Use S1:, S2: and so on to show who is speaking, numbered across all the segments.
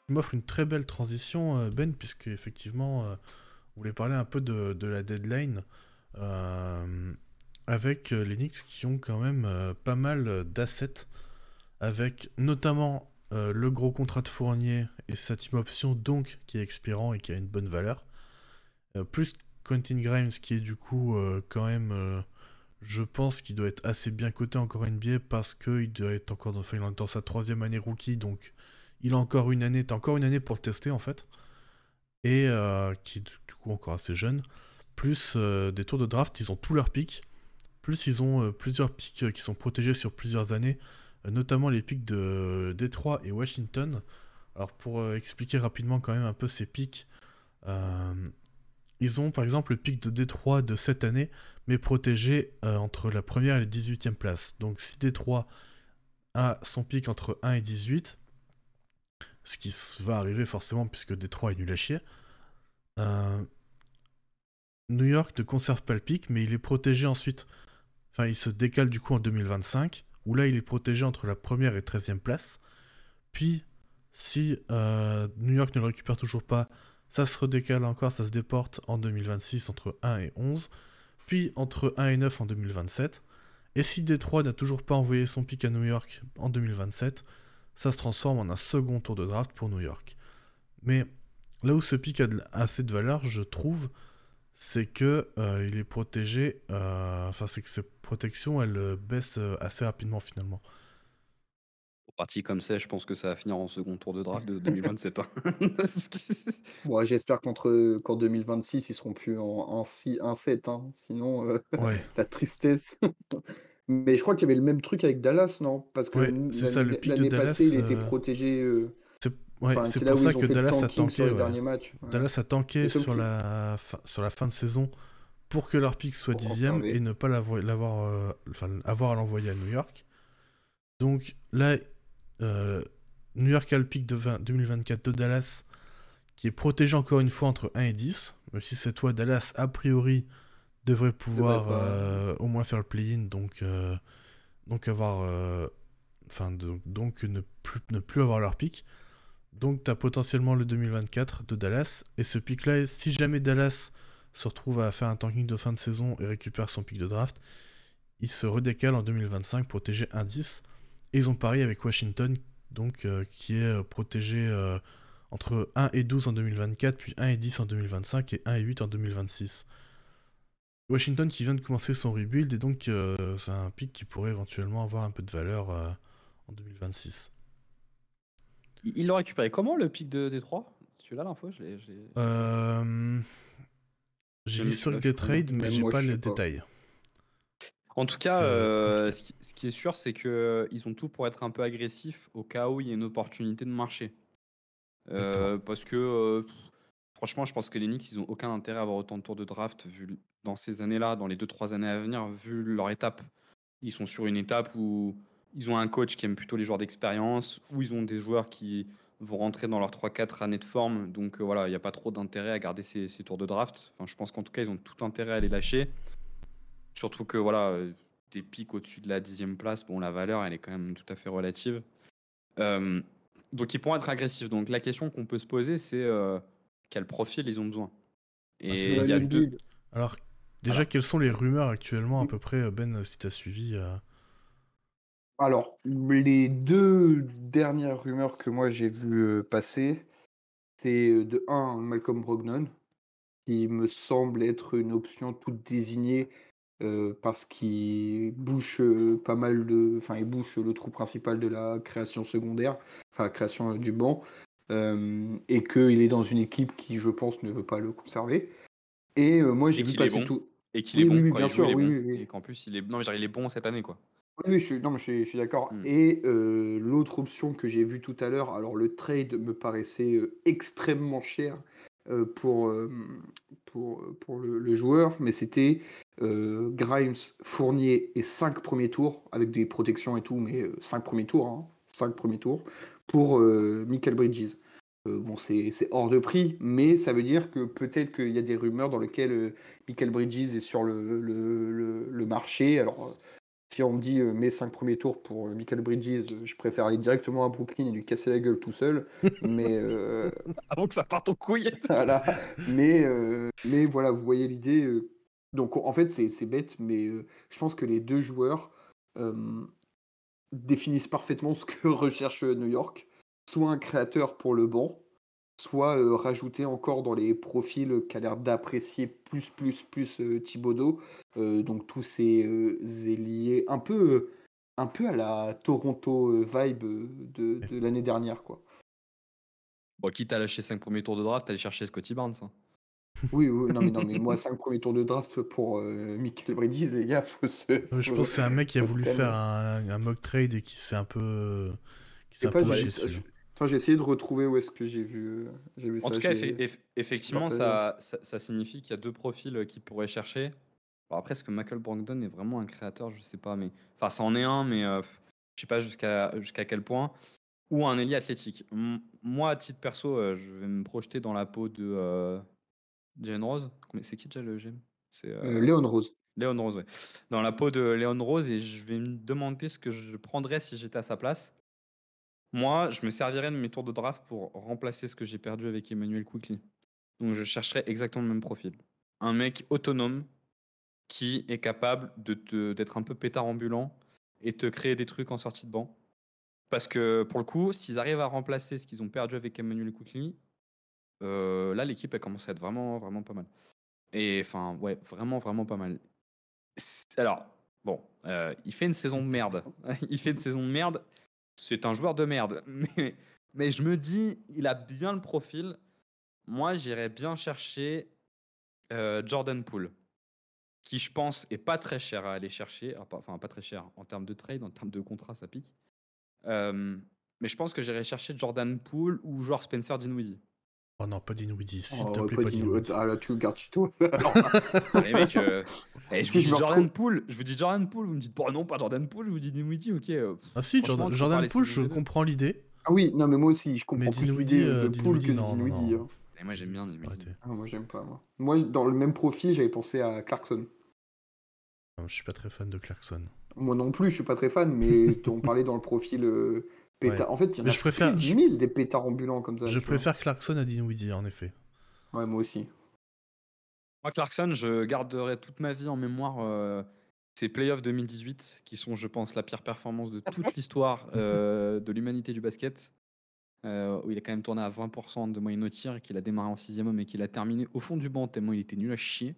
S1: Tu m'offres une très belle transition, Ben, puisque effectivement, on voulait parler un peu de la deadline, euh, avec les Knicks qui ont quand même pas mal d'assets, avec notamment le gros contrat de Fournier et sa team option, donc qui est expirant et qui a une bonne valeur, plus Quentin Grimes qui est du coup quand même, je pense qu'il doit être assez bien coté encore NBA parce qu'il doit être encore enfin, il est dans sa troisième année rookie, donc il a encore une année, t'as encore une année pour le tester en fait, et qui est du coup encore assez jeune, plus des tours de draft, ils ont tous leurs picks, plus ils ont plusieurs picks qui sont protégés sur plusieurs années, notamment les picks de Détroit et Washington. Alors pour expliquer rapidement quand même un peu ces picks, euh, ils ont par exemple le pick de Détroit de cette année, mais protégé entre la première et la 18e place. Donc si Détroit a son pick entre 1 et 18, ce qui va arriver forcément puisque Détroit est nul à chier, euh, New York ne conserve pas le pick, mais il est protégé ensuite. Enfin, il se décale du coup en 2025, où là il est protégé entre la première et 13e place. Puis, si New York ne le récupère toujours pas, ça se redécale encore, ça se déporte en 2026 entre 1 et 11, puis entre 1 et 9 en 2027. Et si Détroit n'a toujours pas envoyé son pick à New York en 2027, ça se transforme en un second tour de draft pour New York. Mais là où ce pick a assez de valeur, je trouve, c'est que il est protégé. Enfin, c'est que ses protections, elles baissent assez rapidement finalement.
S2: Parti comme ça, je pense que ça va finir en second tour de draft de 2027, hein.
S3: Bon, ouais, j'espère qu'en 2026, ils seront plus en 6 1-7, hein, sinon,
S1: Ouais,
S3: la tristesse. Mais je crois qu'il y avait le même truc avec Dallas, non? Parce que
S1: ouais, c'est ça. Le pick de
S3: l'année passée,
S1: Dallas,
S3: il était protégé,
S1: c'est ouais,
S3: enfin,
S1: c'est
S3: c'est là
S1: pour
S3: où
S1: ça
S3: ils ont
S1: que
S3: fait le
S1: Dallas a
S3: tanking sur
S1: tanké.
S3: les
S1: Ouais,
S3: derniers matchs, ouais.
S1: Dallas a
S3: Mais
S1: tanké
S3: sauf
S1: sur
S3: que
S1: sur la fin de saison pour que leur pick soit
S3: pour
S1: dixième et
S3: conserver.
S1: ne pas l'avoir, enfin, avoir à l'envoyer à New York. Donc là, euh, New York a le pick de 2024 de Dallas qui est protégé encore une fois entre 1 et 10. Même si c'est toi, Dallas, a priori, devrait
S3: Devrait
S1: pouvoir
S3: pas
S1: au moins faire le play-in, donc avoir. Enfin, donc ne plus avoir leur pick. Donc tu as potentiellement le 2024 de Dallas. Et ce pick-là, si jamais Dallas se retrouve à faire un tanking de fin de saison et récupère son pick de draft, il se redécale en 2025, protégé 1-10. Et ils ont pari avec Washington, donc qui est protégé entre 1 et 12 en 2024, puis 1 et 10 en 2025 et 1 et 8 en 2026. Washington qui vient de commencer son rebuild et donc c'est un pick qui pourrait éventuellement avoir un peu de valeur en 2026.
S2: Ils l'ont récupéré comment le pic de Détroit? Tu l'as l'info?
S1: Euh, J'ai
S2: Même
S1: l'historique
S2: celui-là, je
S1: des
S2: suis preneur.
S1: trades, mais
S3: même
S1: j'ai
S3: moi,
S1: pas
S3: je
S1: les
S3: sais pas.
S1: détails.
S2: En tout cas,
S1: Donc compliqué.
S2: ce qui est sûr, c'est que ils ont tout pour être un peu agressifs au cas où il y a une opportunité de marché.
S1: Exactement.
S2: Parce que franchement, je pense que les Knicks, ils ont aucun intérêt à avoir autant de tours de draft dans ces années-là, dans les 2-3 années à venir, vu leur étape. Ils sont sur une étape où ils ont un coach qui aime plutôt les joueurs d'expérience, où ils ont des joueurs qui vont rentrer dans leurs 3-4 années de forme. Donc voilà, il n'y a pas trop d'intérêt à garder ces tours de draft. Enfin, je pense qu'en tout cas, ils ont tout intérêt à les lâcher. Surtout que voilà, des pics au-dessus de la 10e place, bon, la valeur, elle est quand même tout à fait relative. Euh, donc ils pourront être agressifs. Donc la question qu'on peut se poser, c'est quel profil ils ont besoin.
S1: Ah, c'est
S2: Et
S1: ça.
S2: il y a deux.
S3: Indeed.
S1: Alors, déjà,
S2: Alors,
S1: quelles sont les rumeurs actuellement à peu près, Ben, si t'as suivi
S3: Alors, les 2 dernières rumeurs que moi j'ai vues, passer, c'est, de un Malcolm Brogdon, qui me semble être une option toute désignée, parce qu'il bouche, pas mal de enfin, il bouche le trou principal de la création secondaire, enfin, création, du banc, et qu'il est dans une équipe qui, je pense, ne veut pas le conserver et moi,
S2: et
S3: j'ai vu
S2: qu'il est
S3: passer
S2: bon.
S3: tout
S2: Et qu'il est
S3: oui, oui,
S2: bon.
S3: oui,
S2: Quand
S3: bien
S2: il joue, il
S3: sûr,
S2: est
S3: oui,
S2: bon.
S3: oui,
S2: Et
S3: oui.
S2: qu'en plus, il est. Non, mais genre, il est bon cette année, quoi.
S3: Oui, oui, non, mais je suis d'accord
S2: Hmm.
S3: et l'autre option que j'ai vue tout à l'heure, alors le trade me paraissait, extrêmement cher, pour le joueur, mais c'était, Grimes, Fournier et 5 premiers tours avec des protections et tout, mais 5 premiers tours, hein, 5 premiers tours pour, Mikal Bridges. Bon, c'est hors de prix, mais ça veut dire que peut-être qu'il y a des rumeurs dans lesquelles, Mikal Bridges est sur le marché. Alors, Si on me dit mes 5 premiers tours pour Michael Bridges, je préfère aller directement à Brooklyn et lui casser la gueule tout seul. Mais
S2: Avant que ça parte en couille.
S3: voilà. Mais voilà, vous voyez l'idée. Donc en fait, c'est bête, mais je pense que les deux joueurs définissent parfaitement ce que recherche New York. Soit un créateur pour le banc, soit rajouter encore dans les profils qu'a l'air d'apprécier plus Thibodeau. Donc tous ces ailiers un peu à la Toronto vibe de l'année dernière, quoi.
S2: Bon, quitte à lâcher 5 premiers tours de draft, aller chercher Scotty Barnes. Hein.
S3: Oui, non, mais moi, 5 premiers tours de draft pour Michael Bridges, les gars,
S1: Je pense que c'est un mec qui a
S3: faut se
S1: voulu
S3: calmer.
S1: faire un mock trade et qui s'est un peu
S3: Je sais pas,
S1: chié dessus.
S3: Attends, j'ai essayé de retrouver où est-ce que j'ai vu
S2: En
S3: ça.
S2: tout cas,
S3: je l'ai
S2: effectivement,
S3: partagé.
S2: ça signifie qu'il y a deux profils qu'ils pourraient chercher. Alors après, est-ce que Michael Brogdon est vraiment un créateur? Je sais pas, mais enfin, ça en est un, mais je sais pas jusqu'à quel point. Ou un ailier athlétique. Moi, à titre perso, je vais me projeter dans la peau de Jalen Rose. C'est qui déjà le GM? C'est
S3: Léon Rose.
S2: Léon Rose, ouais. Dans la peau de Léon Rose, et je vais me demander ce que je prendrais si j'étais à sa place. Moi, je me servirais de mes tours de draft pour remplacer ce que j'ai perdu avec Emmanuel Quickly. Donc, je chercherais exactement le même profil. Un mec autonome qui est capable d'être un peu pétard ambulant et te créer des trucs en sortie de banc. Parce que pour le coup, s'ils arrivent à remplacer ce qu'ils ont perdu avec Emmanuel Quickly, là, l'équipe a commencé à être vraiment, vraiment pas mal. Et enfin, ouais, vraiment, vraiment pas mal. Alors, bon, il fait une saison de merde. Il fait une saison de merde. C'est un joueur de merde. Mais je me dis, il a bien le profil. Moi, j'irais bien chercher Jordan Poole, qui je pense est pas très cher à aller chercher. Enfin, pas très cher en termes de trade, en termes de contrat, ça pique. Mais je pense que j'irais chercher Jordan Poole ou joueur Spencer Dinwiddie.
S1: Oh non, pas Dinwiddie, s'il te
S3: Oh,
S1: plaît,
S3: pas
S1: pas
S3: dit.
S1: Dinwiddie.
S3: Ah là, tu le gardes chez toi.
S2: Les mecs, je
S3: Si
S2: vous
S3: je
S2: dis
S3: me
S2: Jordan
S3: retrouve.
S2: Poole, vous me dites bon non pas Jordan Poole, je vous dis Dinwiddie, ok.
S1: Ah si,
S2: Franchement, tu peux
S1: Jordan
S2: parler
S1: Poole,
S2: saison
S1: je
S2: des deux.
S1: comprends l'idée,
S3: Ah oui, non, mais moi aussi, je
S1: mais
S3: comprends plus
S1: Dinwiddie,
S3: l'idée de Poole que de
S1: non, non,
S3: Dinwiddie.
S1: non.
S3: Hein.
S2: Et moi j'aime bien Dinwiddie.
S1: Arrêtez.
S3: Ah, moi, j'aime pas, moi. Moi, dans le même profil, j'avais pensé à Clarkson.
S1: Non, je suis pas très fan de Clarkson.
S3: Moi non plus, je suis pas très fan, mais on parlait dans le profil pétard.
S1: Ouais.
S3: En fait, il y en
S1: Mais
S3: a
S1: je
S3: plus de
S1: préfère,
S3: 10 000 des pétards ambulants comme ça,
S1: je
S3: tu vois.
S1: préfère Clarkson à Dinwiddie, en effet.
S3: Ouais, moi aussi.
S2: Moi Clarkson, je garderai toute ma vie en mémoire ces playoffs 2018 qui sont, je pense, la pire performance de toute l'histoire de l'humanité du basket. Où il a quand même tourné à 20% de moyenne au tir, et qu'il a démarré en 6e homme et qu'il a terminé au fond du banc tellement il était nul à chier.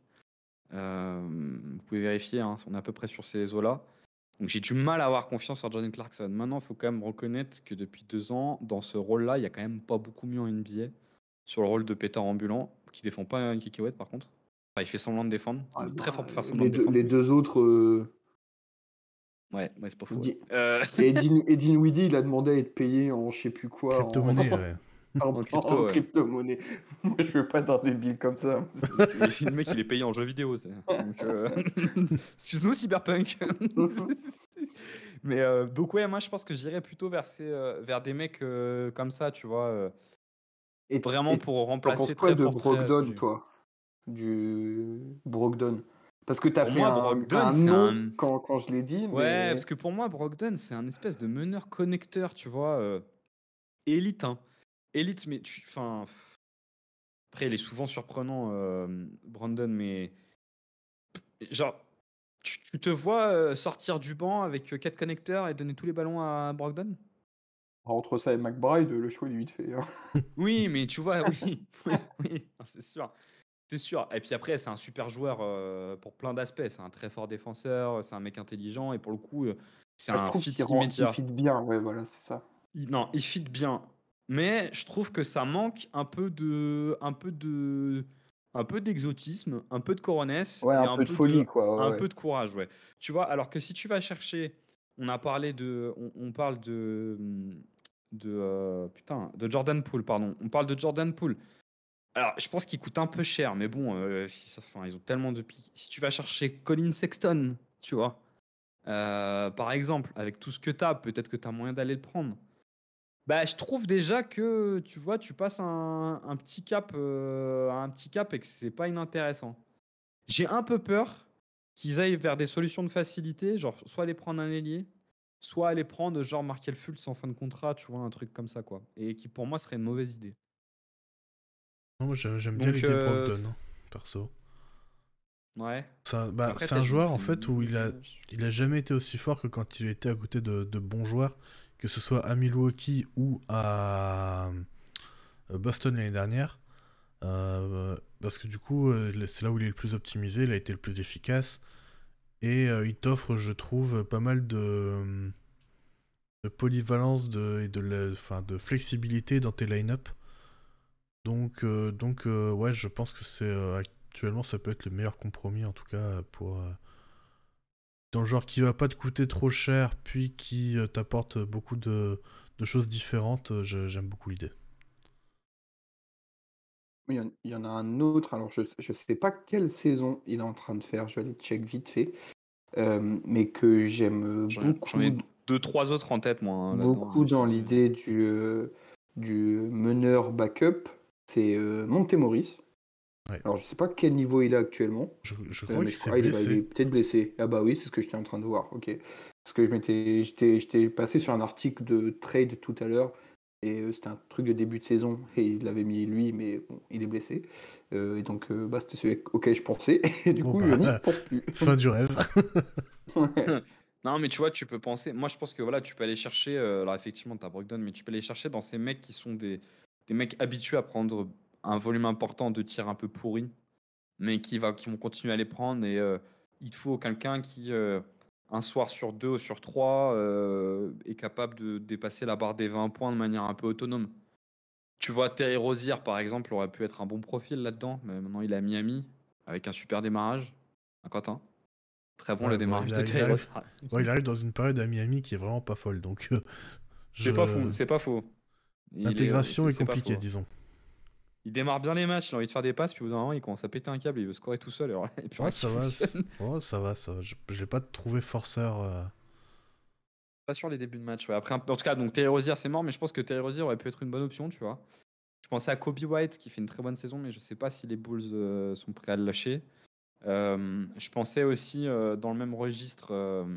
S2: Vous pouvez vérifier, hein, on est à peu près sur ces eaux-là. Donc j'ai du mal à avoir confiance en Jordan Clarkson. Maintenant, il faut quand même reconnaître que depuis 2 ans, dans ce rôle-là, il y a quand même pas beaucoup mieux en NBA. Sur le rôle de pétard ambulant, qui défend pas une cacahuète par contre. Enfin, il fait semblant de défendre.
S3: Ah,
S2: Il est très fort
S3: bah,
S2: pour faire semblant de défendre.
S3: les deux autres.
S2: Ouais, c'est pas faux.
S3: Di-
S2: Ouais.
S3: Et Dinwiddie, il a demandé à être payé en je sais plus quoi,
S1: Crypto-monnaie, ouais.
S2: En crypto, ouais.
S3: crypto-monnaie. Moi, je veux pas d'un débile comme ça.
S2: Et le mec, il est payé en jeu vidéo. Donc, excuse-nous, Cyberpunk. Mais donc, ouais, moi, je pense que j'irais plutôt vers des mecs comme ça, tu vois.
S3: Et
S2: Vraiment pour
S3: t'en penses
S2: remplacer
S3: quoi
S2: trait
S3: de
S2: pour trait ce que
S3: Brogdon,
S2: j'ai eu.
S3: toi? Du Brogdon? Parce que t'as
S2: Pour
S3: fait
S2: moi, Brogdon,
S3: un
S2: c'est
S3: nom
S2: un.
S3: quand je l'ai dit,
S2: Ouais, parce
S3: mais
S2: que pour moi, Brogdon, c'est un espèce de meneur connecteur, tu vois. Élite, hein. Élite, mais tu. Enfin. Après, il est souvent surprenant, Brandon, mais. Genre, tu te vois sortir du banc avec 4 connecteurs et donner tous les ballons à Brogdon?
S3: entre ça et McBride, le choix il est vite fait. Hein.
S2: Oui, mais tu vois, oui, oui, c'est sûr. C'est sûr. Et puis après, c'est un super joueur pour plein d'aspects. C'est un très fort défenseur, c'est un mec intelligent, et pour le coup, c'est
S3: Je
S2: un
S3: trouve
S2: fit
S3: il
S2: immédiat.
S3: fit bien, ouais, voilà, c'est ça.
S2: Non, il fit bien. Mais je trouve que ça manque un peu d'exotisme, un peu de coronesse
S3: Ouais,
S2: et
S3: un peu de folie, quoi.
S2: un
S3: Ouais.
S2: peu de courage, ouais. Tu vois, alors que si tu vas chercher, on parle de Jordan Poole, pardon. On parle de Jordan Poole. Alors, je pense qu'il coûte un peu cher, mais bon, ils ont tellement de pics. Si tu vas chercher Colin Sexton, tu vois, par exemple, avec tout ce que tu as, peut-être que tu as moyen d'aller le prendre. Bah, je trouve déjà que, tu vois, tu passes un petit cap et que c'est pas inintéressant. J'ai un peu peur qu'ils aillent vers des solutions de facilité, genre soit aller prendre un ailier, soit aller prendre genre Markel Fultz en fin de contrat, tu vois, un truc comme ça, quoi. Et qui pour moi serait une mauvaise idée.
S1: Non, moi, j'aime bien
S2: Donc,
S1: l'idée Brogdon, hein, perso.
S2: ouais. Après,
S1: C'est un
S2: peut-être
S1: joueur en
S2: fait
S1: fait où
S2: une
S1: il a jamais été aussi fort que quand il était à côté de bons joueurs, que ce soit à Milwaukee ou à Boston l'année dernière. Parce que du coup, c'est là où il est le plus optimisé, il a été le plus efficace. Et il t'offre, je trouve, pas mal de polyvalence et enfin, de flexibilité dans tes line-up. Ouais, je pense que actuellement, ça peut être le meilleur compromis, en tout cas, dans le genre qui va pas te coûter trop cher, puis qui t'apporte beaucoup de choses différentes. J'aime beaucoup l'idée.
S3: Oui, il y en a un autre, alors je sais pas quelle saison il est en train de faire, je vais aller check vite fait, mais que j'aime
S2: j'en ai 2-3 autres en tête, moi, hein, là-dedans,
S3: beaucoup
S2: mais je te
S3: dans
S2: dis.
S3: l'idée du meneur backup, c'est Monte
S1: Ouais.
S3: Alors je sais pas quel niveau il est actuellement,
S1: Je crois
S3: mais
S1: qu'il
S3: je
S1: s'est
S3: crois il est
S1: blessé.
S3: peut-être blessé. Ah bah oui, c'est ce que j'étais en train de voir, ok. Parce que j'étais passé sur un article de trade tout à l'heure, et c'était un truc de début de saison, et il l'avait mis lui, mais bon, il est blessé. Et donc bah, c'était celui auquel je pensais, et du
S1: Bon
S3: coup je n'y
S1: bah,
S3: pense plus.
S1: fin du rêve.
S3: Ouais.
S2: Non, mais tu vois, tu peux penser. Moi, je pense que voilà, tu peux aller chercher. Alors, effectivement, tu as Brogdon, mais tu peux aller chercher dans ces mecs qui sont des mecs habitués à prendre un volume important de tirs un peu pourris, mais qui vont continuer à les prendre. Et il te faut quelqu'un qui, un soir sur deux ou sur trois, est capable de dépasser la barre des 20 points de manière un peu autonome. Tu vois, Terry Rozier, par exemple, aurait pu être un bon profil là-dedans, mais maintenant il est à Miami avec un super démarrage. Un Quentin. Très bon le
S1: Ouais,
S2: démarrage de Terry Rozier.
S1: il arrive dans une période à Miami qui est vraiment pas folle, donc
S2: C'est pas fou,
S1: je...
S2: c'est pas faux.
S1: l'intégration est
S2: C'est pas
S1: compliquée,
S2: faux.
S1: disons.
S2: Il démarre bien les matchs, il a envie de faire des passes, puis au bout d'un moment, il commence à péter un câble, il veut scorer tout seul, alors il n'y a plus
S1: Ouais,
S2: rien qui
S1: ça va,
S2: fonctionne.
S1: ça va, ça va. Je l'ai pas trouvé forceur.
S2: Pas sur les débuts de match. Ouais. Après, en tout cas, donc Terry Rozier, c'est mort, mais je pense que Terry Rozier aurait pu être une bonne option, tu vois. Je pensais à Kobe White, qui fait une très bonne saison, mais je sais pas si les Bulls sont prêts à le lâcher. Je pensais aussi, dans le même registre,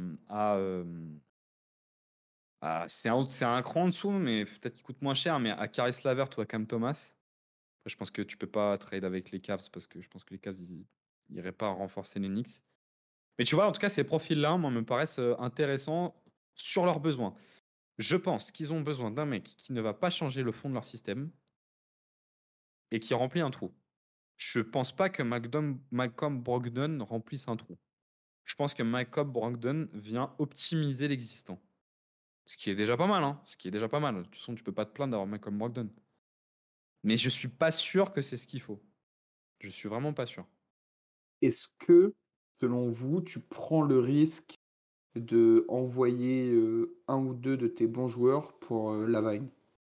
S2: c'est un cran en dessous, mais peut-être qu'il coûte moins cher, mais à Caris Lavert ou à Cam Thomas. Après, je pense que tu peux pas trade avec les Cavs parce que je pense que les Cavs, ils iraient pas renforcer les Knicks. Mais tu vois, en tout cas, ces profils-là, moi, me paraissent intéressants sur leurs besoins. Je pense qu'ils ont besoin d'un mec qui ne va pas changer le fond de leur système et qui remplit un trou. Je pense pas que Malcolm Brogdon remplisse un trou. Je pense que Malcolm Brogdon vient optimiser l'existant. Ce qui est déjà pas mal, hein. Ce qui est déjà pas mal. De toute façon, tu peux pas te plaindre d'avoir Malcolm Brogdon. Mais je suis pas sûr que c'est ce qu'il faut. Je suis vraiment pas sûr.
S3: Est-ce que, selon vous, tu prends le risque de envoyer un ou deux de tes bons joueurs pour Lavine?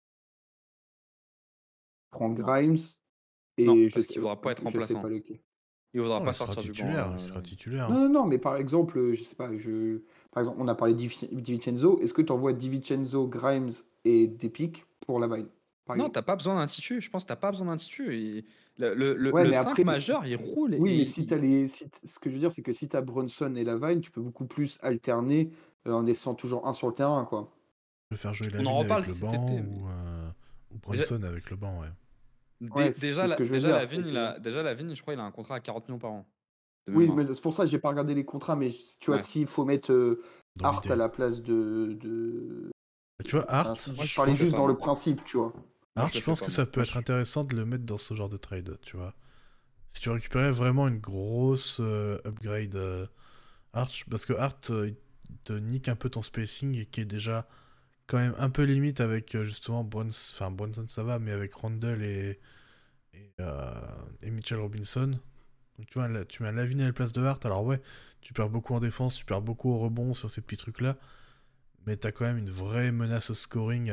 S3: Prends
S2: Non.
S3: Grimes
S2: Non,
S3: et
S2: parce qu'il voudra pas être
S3: je sais
S2: remplaçant.
S3: pas lequel.
S2: Il voudra
S1: Non,
S2: pas sortir du banc.
S1: il sera titulaire.
S3: Non, non, non, mais par exemple, je sais pas, par exemple, on a parlé DiVincenzo. Est-ce que tu envoies DiVincenzo, Grimes et Depic pour Lavine, par
S2: Non,
S3: exemple?
S2: t'as pas besoin d'un titu. Je pense que t'as pas besoin d'un titu. Et
S3: Ouais,
S2: le
S3: mais
S2: 5
S3: après, si...
S2: majeur, il roule.
S3: Oui, mais
S2: Et
S3: si t'as les... ce que je veux dire, c'est que si t'as Brunson et Lavine, tu peux beaucoup plus alterner en laissant toujours un sur le terrain, quoi.
S1: Tu peux faire jouer
S2: on en
S1: Lavine
S2: reparle
S1: avec le
S2: cet
S1: banc
S2: été. Mais
S1: ou
S2: déjà,
S1: Brunson avec le banc, ouais.
S3: Ouais, c'est ce que je veux
S2: déjà,
S3: dire,
S2: la
S3: c'est
S2: Vigne,
S3: que...
S2: déjà, la Vigne, je crois, il a un contrat à 40 millions par an. De
S3: Oui,
S2: mémoire.
S3: mais c'est pour ça que j'ai pas regardé les contrats, mais tu vois,
S2: Ouais.
S3: s'il faut mettre
S1: Dans
S3: Hart à
S1: l'idée.
S3: la place de...
S1: Tu vois,
S3: Enfin,
S1: Hart,
S2: Moi,
S3: je
S2: je le
S3: parlais
S2: fais
S3: juste
S2: pas,
S3: dans le
S2: moi.
S3: principe, tu vois.
S2: Moi, je le
S1: Je
S2: fais
S1: pense
S2: pas,
S1: que
S2: moi.
S1: ça peut
S2: Moi,
S1: être intéressant de le mettre dans ce genre de trade, tu vois. Si tu récupérais vraiment une grosse upgrade Hart, parce que Hart, il te nique un peu ton spacing et qui est déjà quand même un peu limite avec justement Brunson ça va, mais avec Randle et, euh, et Mitchell Robinson. Donc tu vois, là, tu mets un Lavine à la place de Hart, alors ouais, tu perds beaucoup en défense, tu perds beaucoup au rebond sur ces petits trucs-là, mais t'as quand même une vraie menace au scoring.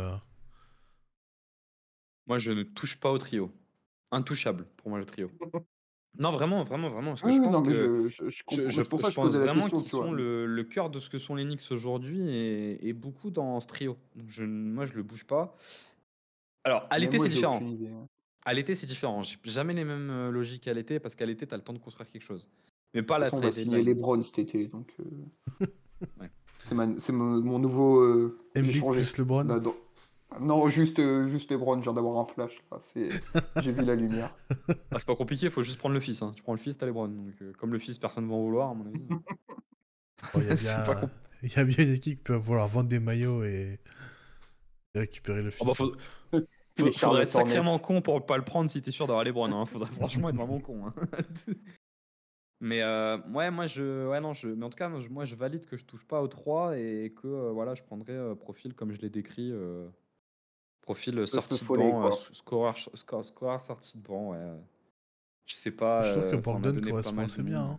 S2: Moi, je ne touche pas au trio. Intouchable, pour moi, le trio. Non, vraiment, vraiment, vraiment. Parce que
S3: Ah
S2: je
S3: oui,
S2: pense
S3: non, mais
S2: que
S3: je comprends. Mais c'est pour ça
S2: je
S3: que je
S2: pense
S3: posais la
S2: vraiment
S3: question,
S2: qu'ils
S3: tu vois.
S2: sont le cœur de ce que sont les Knicks aujourd'hui et beaucoup dans ce trio. Donc moi, je le bouge pas. Alors, à
S3: Même
S2: l'été,
S3: moi,
S2: c'est
S3: j'ai aucune
S2: différent.
S3: idée, hein.
S2: À l'été, c'est différent. J'ai jamais les mêmes logiques à l'été parce qu'à l'été, tu as le temps de construire quelque chose. Mais pas
S3: De toute
S2: la
S3: façon, on va
S2: trade
S3: signer
S2: deadline.
S3: LeBron cet été, donc
S2: Ouais.
S3: c'est mon nouveau. J'ai
S1: Embiid
S3: changé.
S1: plus LeBron.
S3: Là, non, juste LeBron, je viens d'avoir un flash. Là. J'ai vu la lumière.
S2: Ah, c'est pas compliqué, faut juste prendre le fils. Hein. Tu prends le fils, t'as les Browns. Donc, comme le fils, personne va en vouloir, à mon avis.
S1: Bon, il y a
S2: C'est pas
S1: bien,
S2: compliqué.
S1: il y a bien une équipe qui peut vouloir vendre des maillots et récupérer le
S2: Oh, bah,
S1: fils.
S3: Les
S2: faudrait
S3: Charlotte
S2: être sacrément
S3: Hornets.
S2: con pour pas le prendre si t'es sûr d'avoir les Browns. Hein. Faudrait franchement être vraiment con. Hein. Mais ouais, moi ouais, non, mais en tout cas, moi je valide que je touche pas aux 3 et que voilà, je prendrais profil comme je l'ai décrit, profil
S3: Le
S2: sortie de
S3: follet,
S2: banc,
S3: quoi.
S2: scoreur sortie de banc. Ouais. Je sais pas,
S1: Je trouve que
S2: enfin, on a
S1: Brogdon
S2: donné pas
S1: correspond
S2: mal de
S1: assez bien.
S2: noms.
S1: Hein.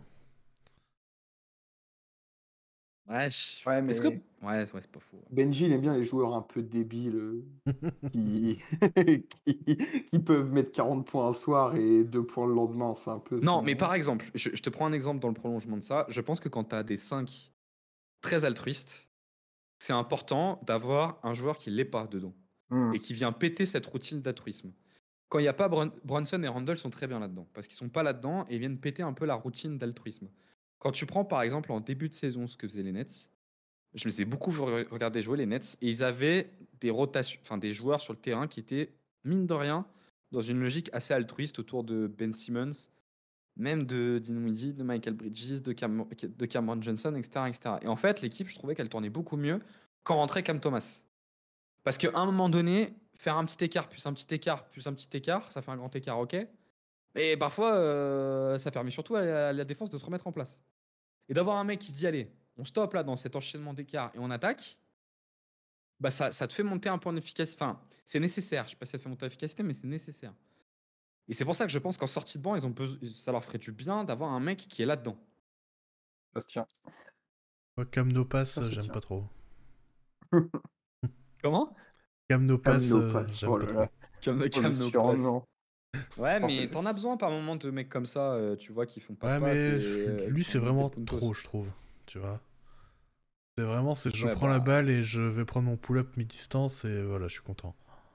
S2: Ouais,
S3: Ouais,
S2: est-ce que.
S3: mais
S2: Ouais, c'est pas faux.
S3: Benji, il aime bien les joueurs un peu débiles qui... qui peuvent mettre 40 points un soir et 2 points le lendemain. C'est un peu
S2: Non, mais
S3: son.
S2: par exemple, je te prends un exemple dans le prolongement de ça. Je pense que quand tu as des 5 très altruistes, c'est important d'avoir un joueur qui l'est pas dedans
S3: Hmm.
S2: et qui vient péter cette routine d'altruisme. Quand il n'y a pas Brunson et Randall sont très bien là-dedans parce qu'ils sont pas là-dedans et viennent péter un peu la routine d'altruisme. Quand tu prends par exemple en début de saison ce que faisaient les Nets, je me les ai beaucoup regardé jouer les Nets et ils avaient des rotations, enfin des joueurs sur le terrain qui étaient mine de rien dans une logique assez altruiste autour de Ben Simmons, même de Dinwiddie, de Michael Bridges, de Cameron Johnson, etc., etc. Et en fait, l'équipe, je trouvais qu'elle tournait beaucoup mieux quand rentrait Cam Thomas. Parce qu'à un moment donné, faire un petit écart, plus un petit écart, plus un petit écart, ça fait un grand écart, ok. Mais parfois, ça permet surtout à la défense de se remettre en place. Et d'avoir un mec qui se dit, allez, on stoppe là dans cet enchaînement d'écarts et on attaque, bah ça te fait monter un peu en efficacité. Enfin, c'est nécessaire. Je sais pas si ça te fait monter en efficacité, mais c'est nécessaire. Et c'est pour ça que je pense qu'en sortie de banc, ça leur ferait du bien d'avoir un mec qui est là-dedans.
S3: Ça se tient.
S1: Moi, Cam No
S3: Ça
S1: Pass,
S3: se
S1: j'aime
S3: tient.
S1: pas trop.
S2: Comment?
S1: Cam No Pass,
S3: Camnopas.
S1: j'aime
S3: Oh
S1: pas
S3: là
S1: trop.
S3: là. Oh, le
S2: Cam no pass.
S3: surnom.
S2: Ouais,
S3: Oh,
S2: mais t'en as besoin par moment de mecs comme ça, tu vois, qui font pas de
S1: Ouais,
S2: passe
S1: mais
S2: et
S1: lui,
S2: qui font
S1: c'est
S2: des
S1: vraiment
S2: puntos.
S1: trop, je trouve. Tu vois. C'est vraiment, je
S2: Ouais,
S1: prends la
S2: bah.
S1: balle et je vais prendre mon pull-up mi-distance et voilà, je suis content.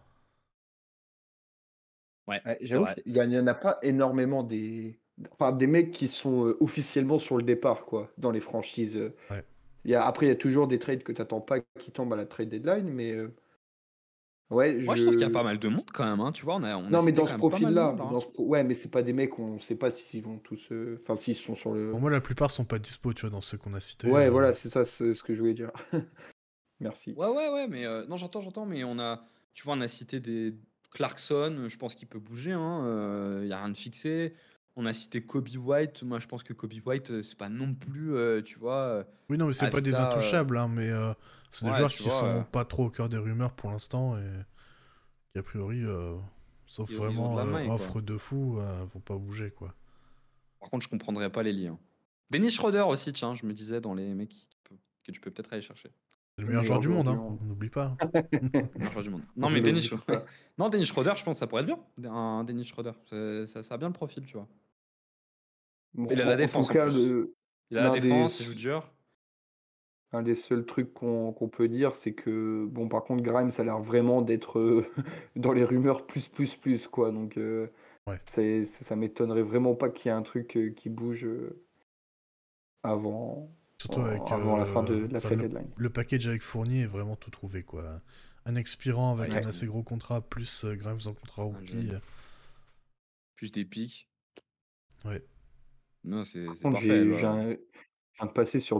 S2: Ouais,
S3: Ouais,
S2: c'est
S3: j'avoue
S2: vrai.
S3: qu'il y en a pas énormément enfin, des mecs qui sont officiellement sur le départ, quoi, dans les franchises.
S1: Ouais.
S3: Après, il y a toujours des trades que tu n'attends pas qui tombent à la trade deadline, mais ouais,
S2: Moi, je trouve qu'il y a pas mal de monde quand même, hein. Tu vois, on a
S3: Non, mais
S2: cité
S3: dans
S2: quand
S3: ce
S2: même pas mal de
S3: profil-là,
S2: monde là. Hein.
S3: ouais, mais c'est pas des mecs, on sait pas s'ils vont tous. Enfin, s'ils sont sur
S1: Pour
S3: le.
S1: moi, la plupart sont pas dispo, tu vois, dans ceux qu'on a cités.
S3: Ouais, voilà, c'est ça, c'est ce que je voulais dire. Merci.
S2: Ouais, mais non, j'entends, mais tu vois, on a cité des Clarkson, je pense qu'il peut bouger, hein, y a rien de fixé. On a cité Kobe White, moi je pense que Kobe White, c'est pas non plus, tu vois,
S1: Oui, non, mais c'est pas des
S2: Avida,
S1: intouchables, hein, mais c'est des
S2: ouais,
S1: joueurs
S2: tu
S1: qui
S2: vois,
S1: sont pas trop au cœur des rumeurs pour l'instant et qui, a priori, sauf
S2: ils ont de
S1: vraiment
S2: la main, quoi.
S1: offre de fou, vont pas bouger, quoi.
S2: Par contre, je comprendrais pas les liens. Dennis Schroeder aussi, tiens, je me disais dans les mecs que tu peux peut-être aller chercher.
S1: C'est le
S3: Le
S1: meilleur joueur
S3: meilleur
S1: du
S3: joueur
S1: monde,
S3: du
S1: hein,
S3: monde.
S1: on n'oublie pas.
S2: Meilleur joueur du monde. Non,
S3: On
S2: mais
S3: l'oublie pas.
S2: non, Dennis Schroeder, je pense que ça pourrait être bien. Un Dennis Schroeder. Ça a bien le profil, tu vois.
S3: Bon,
S2: Il a la
S3: en tout
S2: défense en
S3: cas,
S2: plus. Il a la
S3: l'un des,
S2: défense, il joue dur.
S3: un des seuls trucs qu'on peut dire, c'est que, bon, par contre, Grimes, ça a l'air vraiment d'être dans les rumeurs plus, quoi. Donc,
S1: Ouais.
S3: ça m'étonnerait vraiment pas qu'il y ait un truc qui bouge avant,
S1: Surtout avec
S3: avant la fin de la trade deadline.
S1: le package avec Fournier est vraiment tout trouvé, quoi. Un expirant avec
S2: Ouais,
S1: un assez gros contrat, plus Grimes en contrat rookie.
S2: Plus des pics.
S1: Ouais.
S2: Non,
S3: Par
S2: c'est
S3: contre,
S2: parfait.
S3: je viens de passer sur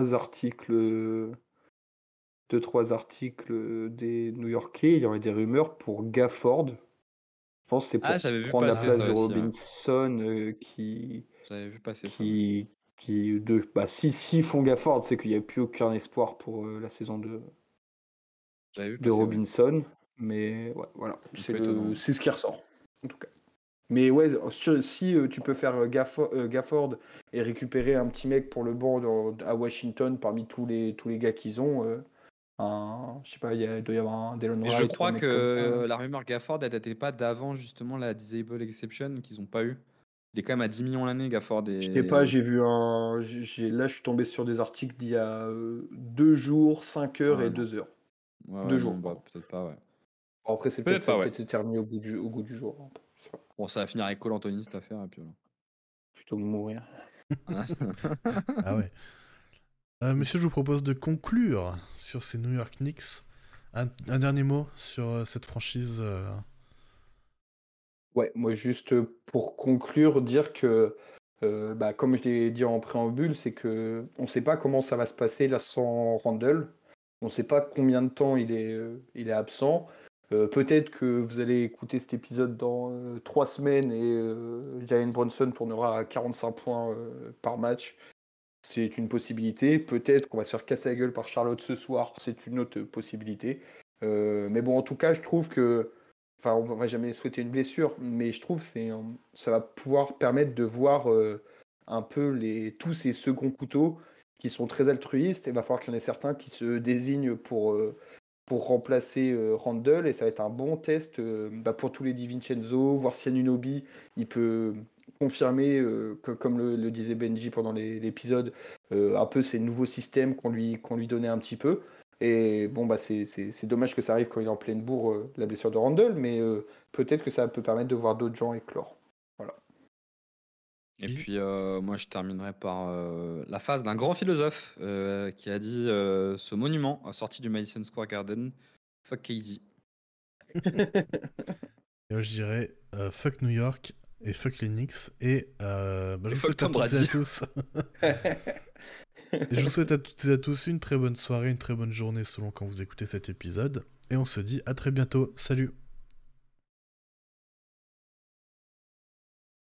S3: deux, trois articles des New-Yorkais. Il y aurait des rumeurs pour Gafford. Je pense que c'est
S2: Ah,
S3: pour
S2: j'avais vu
S3: prendre la
S2: passer
S3: place
S2: ça
S3: de
S2: aussi. Ouais.
S3: Robinson qui,
S2: J'avais vu passer ça. Ouais.
S3: qui, s'ils font Gafford, c'est qu'il n'y a plus aucun espoir pour la saison
S2: J'avais vu
S3: de
S2: passer, ouais.
S3: Robinson. Mais ouais, voilà,
S2: Un peu étonnant.
S3: c'est ce qui ressort, en tout cas. Mais ouais, si tu peux faire Gafford et récupérer un petit mec pour le banc à Washington parmi tous les gars qu'ils ont, je sais pas, il doit y avoir un Delon
S2: Et je
S3: Wright ou un
S2: crois
S3: mec comme ça.
S2: que la rumeur Gafford, elle datait pas d'avant justement la Disable Exception qu'ils ont pas eu. Il est quand même à 10 millions l'année, Gafford.
S3: Je sais pas,
S2: Et...
S3: j'ai vu là, je suis tombé sur des articles d'il y a 2 jours, 5 heures
S2: Ah
S3: et
S2: non.
S3: 2 heures.
S2: Ouais,
S3: 2
S2: non,
S3: jours,
S2: bah
S3: pardon.
S2: peut-être pas, ouais.
S3: Bon, après,
S2: Peut-être
S3: ça a
S2: pas, ouais.
S3: peut-être été terminé au goût du jour. Hein.
S2: Bon, ça va finir avec Cole Anthony cette affaire, et puis voilà.
S3: Plutôt mourir.
S1: Ah ouais. Messieurs, je vous propose de conclure sur ces New York Knicks. Un dernier mot sur cette franchise.
S3: Ouais, moi juste pour conclure, dire que, bah, comme je l'ai dit en préambule, c'est que on ne sait pas comment ça va se passer là sans Randle. On ne sait pas combien de temps il est absent. Peut-être que vous allez écouter cet épisode dans 3 semaines et Jalen Brunson tournera à 45 points par match. C'est une possibilité. Peut-être qu'on va se faire casser la gueule par Charlotte ce soir. C'est une autre possibilité. Mais bon, en tout cas, je trouve que. Enfin, on ne va jamais souhaiter une blessure, mais je trouve que ça va pouvoir permettre de voir un peu tous ces seconds couteaux qui sont très altruistes. Il va falloir qu'il y en ait certains qui se désignent pour remplacer Randle, et ça va être un bon test pour tous les DiVincenzo, voir si Anunoby il peut confirmer, comme le disait Benji pendant l'épisode, un peu ces nouveaux systèmes qu'on lui donnait un petit peu. Et bon, bah c'est dommage que ça arrive quand il est en pleine bourre, la blessure de Randle, mais peut-être que ça peut permettre de voir d'autres gens éclore. Voilà.
S2: Et puis, moi, je terminerai par la phrase d'un grand philosophe qui a dit ce monument sorti du Madison Square Garden, fuck KD.
S1: Et moi, je dirais fuck New York et fuck les Knicks. Et je
S2: Et
S1: vous
S2: fuck
S1: souhaite à
S2: Tom
S1: toutes et à
S2: Brady.
S1: tous. Et je vous souhaite à toutes et à tous une très bonne soirée, une très bonne journée selon quand vous écoutez cet épisode. Et on se dit à très bientôt. Salut!